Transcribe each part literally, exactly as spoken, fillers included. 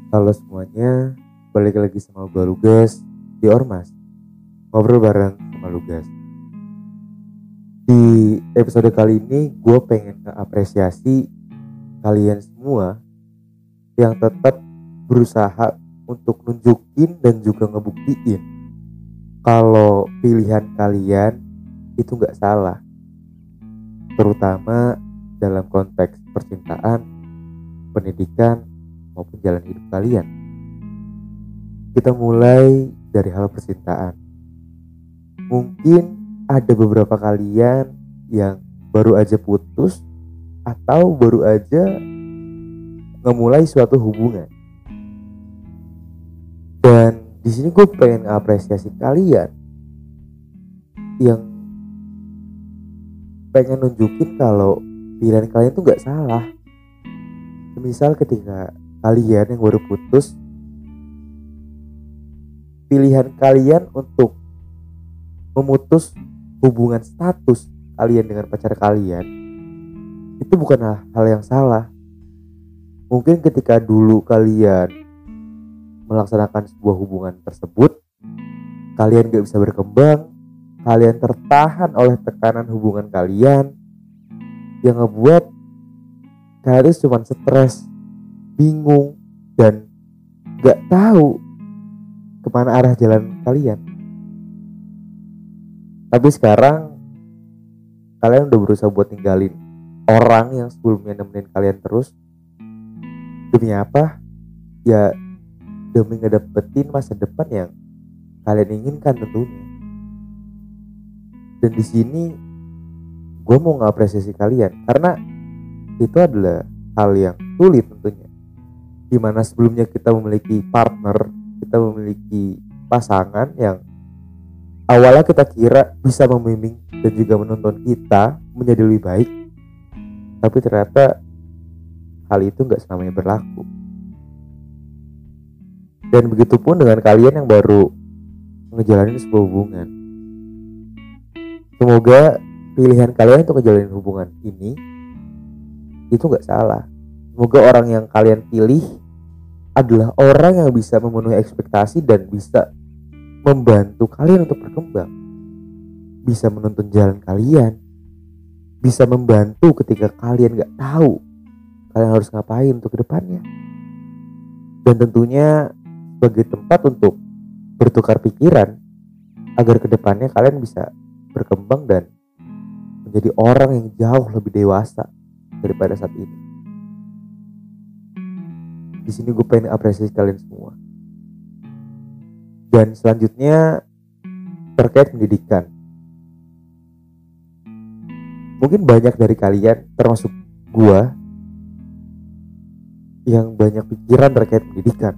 Halo semuanya, balik lagi sama gue Lugas di Ormas, ngobrol bareng sama Lugas. Di episode kali ini gue pengen ngeapresiasi kalian semua yang tetap berusaha untuk nunjukin dan juga ngebuktiin kalau pilihan kalian itu gak salah, terutama dalam konteks percintaan, pendidikan, maupun jalan hidup kalian. Kita mulai dari hal percintaan. Mungkin ada beberapa kalian yang baru aja putus atau baru aja ngemulai suatu hubungan. Dan di sini gue pengen apresiasi kalian yang pengen nunjukin kalau pilihan kalian tuh gak salah. Misal ketika kalian yang baru putus, pilihan kalian untuk memutus hubungan status kalian dengan pacar kalian itu bukan hal yang salah. Mungkin ketika dulu kalian melaksanakan sebuah hubungan tersebut, kalian gak bisa berkembang, kalian tertahan oleh tekanan hubungan kalian yang ngebuat kalian itu cuma stres, bingung, dan gak tahu kemana arah jalan kalian. Tapi sekarang kalian udah berusaha buat tinggalin orang yang sebelumnya nemenin kalian terus. Demi apa? Ya demi ngedapetin masa depan yang kalian inginkan tentunya. Dan di sini gue mau ngapresiasi kalian karena itu adalah hal yang sulit tentunya. Dimana sebelumnya kita memiliki partner, kita memiliki pasangan yang awalnya kita kira bisa membimbing dan juga menuntun kita menjadi lebih baik, tapi ternyata hal itu gak selamanya berlaku. Dan begitupun dengan kalian yang baru ngejalanin sebuah hubungan. Semoga pilihan kalian untuk ngejalanin hubungan ini itu gak salah. Semoga orang yang kalian pilih adalah orang yang bisa memenuhi ekspektasi dan bisa membantu kalian untuk berkembang, bisa menuntun jalan kalian, bisa membantu ketika kalian gak tahu kalian harus ngapain untuk kedepannya. Dan tentunya sebagai tempat untuk bertukar pikiran agar kedepannya kalian bisa berkembang dan menjadi orang yang jauh lebih dewasa daripada saat ini. Di sini gue pengen apresiasi kalian semua. Dan selanjutnya terkait pendidikan. Mungkin banyak dari kalian termasuk gue yang banyak pikiran terkait pendidikan.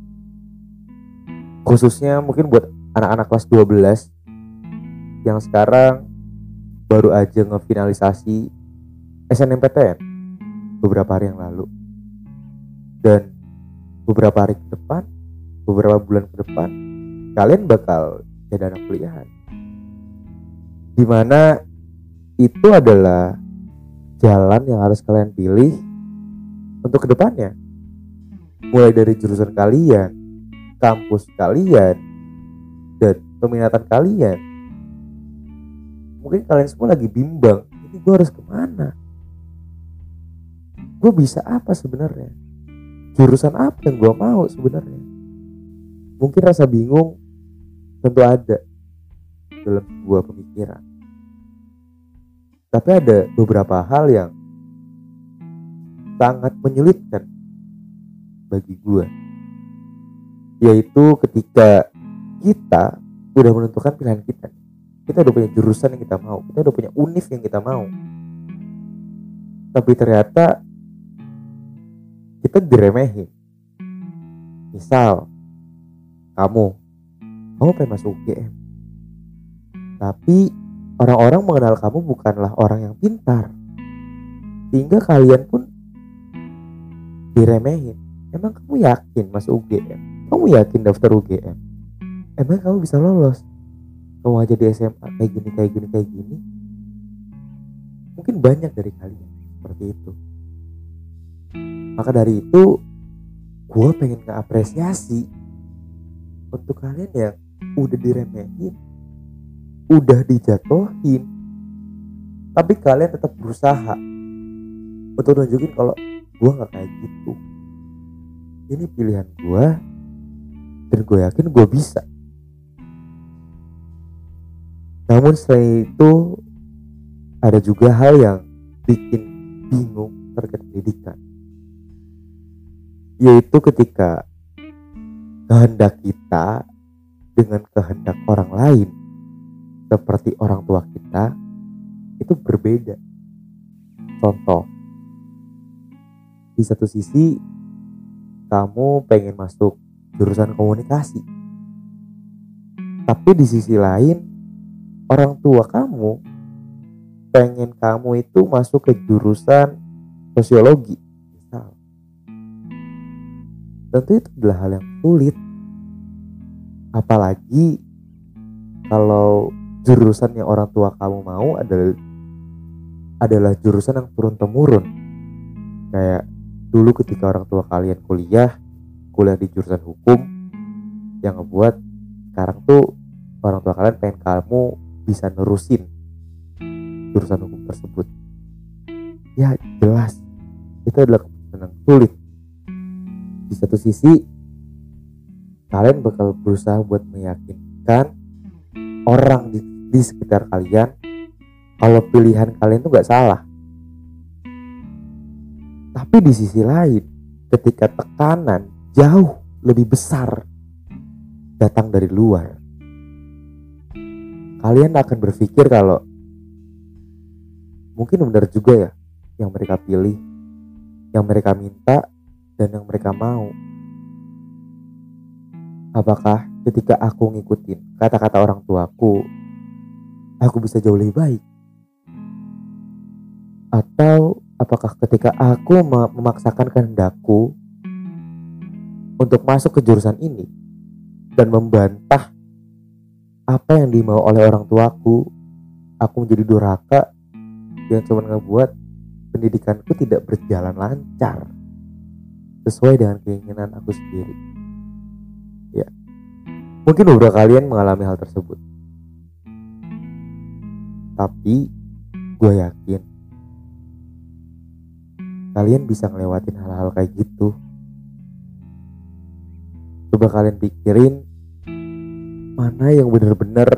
Khususnya mungkin buat anak-anak kelas dua belas yang sekarang baru aja ngefinalisasi S N M P T N beberapa hari yang lalu. Dan beberapa hari ke depan, beberapa bulan ke depan, kalian bakal jadi anak kuliahan. Dimana itu adalah jalan yang harus kalian pilih untuk kedepannya. Mulai dari jurusan kalian, kampus kalian, dan peminatan kalian. Mungkin kalian semua lagi bimbang, ini gue harus kemana? Gue bisa apa sebenarnya? Jurusan apa yang gue mau sebenarnya? Mungkin rasa bingung tentu ada dalam sebuah pemikiran. Tapi ada beberapa hal yang sangat menyulitkan bagi gue, yaitu ketika kita udah menentukan pilihan kita. Kita udah punya jurusan yang kita mau, kita udah punya univ yang kita mau, tapi ternyata kita diremehin. Misal kamu kamu pengen masuk U G M, tapi orang-orang mengenal kamu bukanlah orang yang pintar, sehingga kalian pun diremehin. Emang kamu yakin masuk U G M? Kamu yakin daftar U G M? Emang kamu bisa lolos? Kamu aja di S M A kayak gini, kayak gini, kayak gini. Mungkin banyak dari kalian seperti itu. Maka dari itu gue pengen ngeapresiasi untuk kalian yang udah diremehin, udah dijatuhin, tapi kalian tetap berusaha untuk nunjukin kalau gue nggak kayak gitu. Ini pilihan gue, dan gue yakin gue bisa. Namun selain itu ada juga hal yang bikin bingung terkait pendidikan, yaitu ketika kehendak kita dengan kehendak orang lain seperti orang tua kita itu berbeda. Contoh, di satu sisi kamu pengen masuk jurusan komunikasi, tapi di sisi lain orang tua kamu pengen kamu itu masuk ke jurusan sosiologi misal. Tentu itu adalah hal yang sulit, apalagi kalau jurusan yang orang tua kamu mau adalah adalah jurusan yang turun temurun. Kayak dulu ketika orang tua kalian kuliah kuliah di jurusan hukum, yang ngebuat sekarang tuh orang tua kalian pengen kamu bisa nerusin jurusan hukum tersebut. Ya jelas itu adalah keputusan yang sulit. Di satu sisi kalian bakal berusaha buat meyakinkan orang di, di sekitar kalian kalau pilihan kalian tuh gak salah. Tapi di sisi lain ketika tekanan jauh lebih besar datang dari luar, kalian akan berpikir kalau mungkin benar juga ya yang mereka pilih, yang mereka minta, dan yang mereka mau. Apakah ketika aku ngikutin kata-kata orang tuaku, aku bisa jauh lebih baik? Atau apakah ketika aku memaksakan kehendakku untuk masuk ke jurusan ini dan membantah apa yang dimau oleh orang tuaku, aku menjadi durhaka yang cuma ngebuat pendidikanku tidak berjalan lancar sesuai dengan keinginan aku sendiri. Ya, mungkin beberapa kalian mengalami hal tersebut, tapi gue yakin kalian bisa ngelewatin hal-hal kayak gitu. Coba kalian pikirin mana yang benar-benar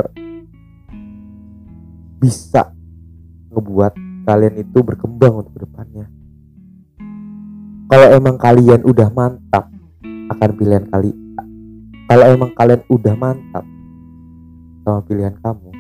bisa ngebuat kalian itu berkembang untuk kedepannya. Kalau emang kalian udah mantap akan pilihan kali, kalau emang kalian udah mantap sama pilihan kamu,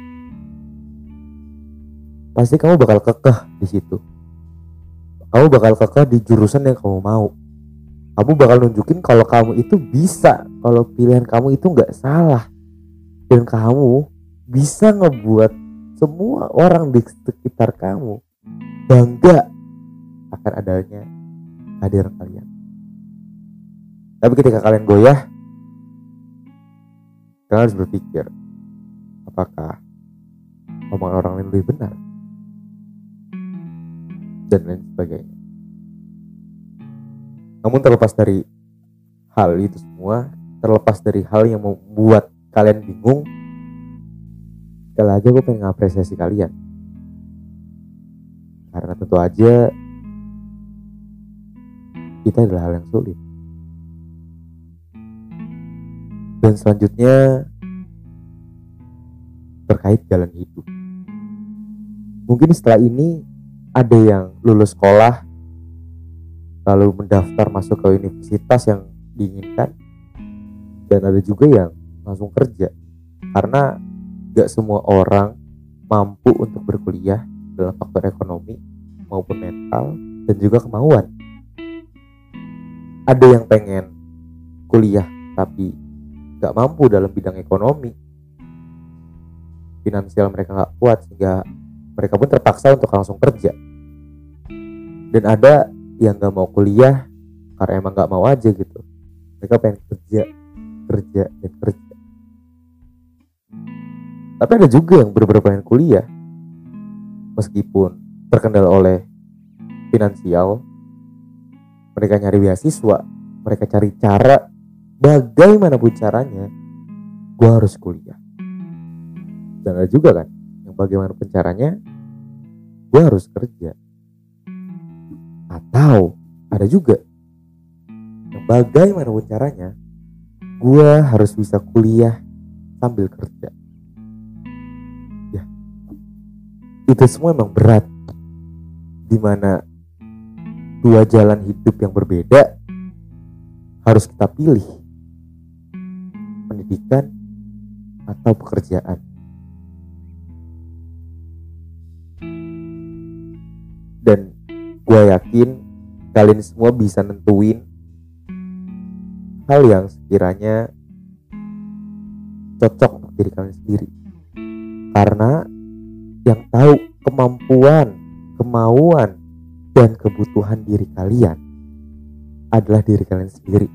pasti kamu bakal kekeh di situ. Kamu bakal kekeh di jurusan yang kamu mau. Kamu bakal nunjukin kalau kamu itu bisa, kalau pilihan kamu itu nggak salah, dan kamu bisa ngebuat semua orang di sekitar kamu bangga akan adanya kehadiran kalian. Tapi ketika kalian goyah, kalian harus berpikir, apakah omongan orang lain lebih benar dan lain sebagainya. Namun terlepas dari hal itu semua, terlepas dari hal yang membuat kalian bingung, sekali lagi gue pengen ngapresiasi kalian, karena tentu aja kita adalah hal yang sulit. Dan selanjutnya terkait jalan hidup. Mungkin setelah ini ada yang lulus sekolah lalu mendaftar masuk ke universitas yang diinginkan, dan ada juga yang langsung kerja, karena gak semua orang mampu untuk berkuliah dalam faktor ekonomi maupun mental dan juga kemauan. Ada yang pengen kuliah tapi gak mampu dalam bidang ekonomi, finansial mereka gak kuat sehingga mereka pun terpaksa untuk langsung kerja. Dan ada yang gak mau kuliah karena emang gak mau aja gitu, mereka pengen kerja, kerja, dan kerja. Tapi ada juga yang benar-benar pengen kuliah meskipun terkendala oleh finansial. Mereka nyari beasiswa, mereka cari cara bagaimanapun caranya gue harus kuliah. Dan ada juga kan yang bagaimanapun caranya gue harus kerja. Atau ada juga yang bagaimanapun caranya gue harus bisa kuliah sambil kerja. Ya, itu semua emang berat, dimana dua jalan hidup yang berbeda harus kita pilih, pendidikan atau pekerjaan. Dan gue yakin kalian semua bisa nentuin hal yang sekiranya cocok untuk diri kalian sendiri. Karena yang tahu kemampuan, kemauan, dan kebutuhan diri kalian adalah diri kalian sendiri.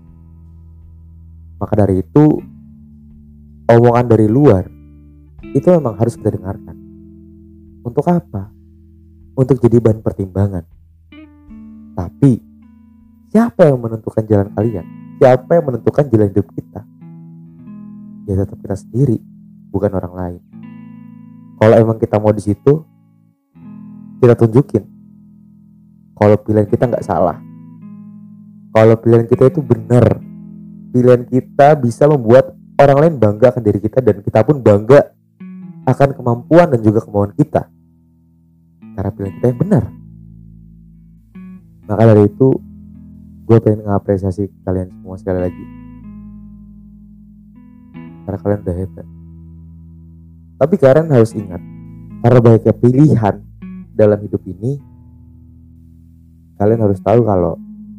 Maka dari itu, omongan dari luar itu memang harus kita dengarkan. Untuk apa? Untuk jadi bahan pertimbangan. Tapi siapa yang menentukan jalan kalian? Siapa yang menentukan jalan hidup kita? Ya tetap kita sendiri, bukan orang lain. Kalau emang kita mau di situ, kita tunjukin. Kalau pilihan kita nggak salah, kalau pilihan kita itu benar, pilihan kita bisa membuat orang lain bangga akan diri kita, dan kita pun bangga akan kemampuan dan juga kemauan kita, karena pilihan kita yang benar. Maka dari itu, gue pengen ngapresiasi kalian semua sekali lagi, karena kalian udah hebat. Tapi kalian harus ingat, karena banyaknya pilihan dalam hidup ini, kalian harus tahu kalau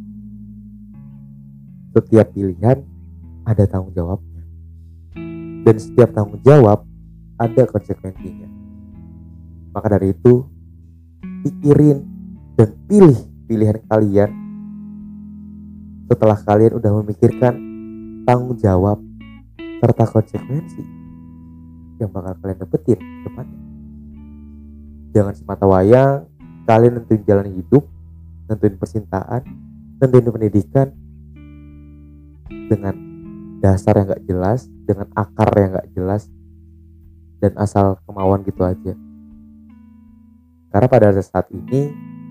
setiap pilihan ada tanggung jawabnya, dan setiap tanggung jawab ada konsekuensinya. Maka dari itu, pikirin dan pilih pilihan kalian setelah kalian udah memikirkan tanggung jawab serta konsekuensi yang bakal kalian dapetin ke depannya. Jangan semata wayang kalian nentuin jalan hidup, nentuin percintaan, nentuin pendidikan dengan dasar yang gak jelas, dengan akar yang gak jelas, dan asal kemauan gitu aja. Karena pada saat ini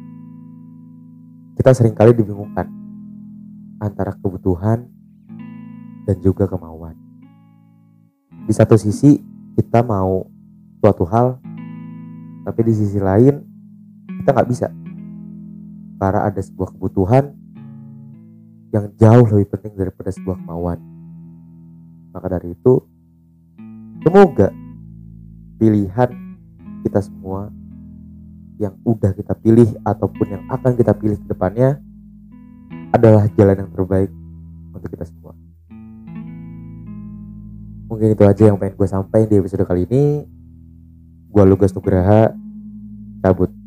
kita seringkali dibingungkan antara kebutuhan dan juga kemauan. Di satu sisi kita mau suatu hal, tapi di sisi lain kita gak bisa, karena ada sebuah kebutuhan yang jauh lebih penting daripada sebuah kemauan. Maka dari itu, semoga pilihan kita semua yang udah kita pilih ataupun yang akan kita pilih ke depannya adalah jalan yang terbaik untuk kita semua. Mungkin itu aja yang pengen gue sampaikan di episode kali ini. Gue Lugas Nugraha, cabut.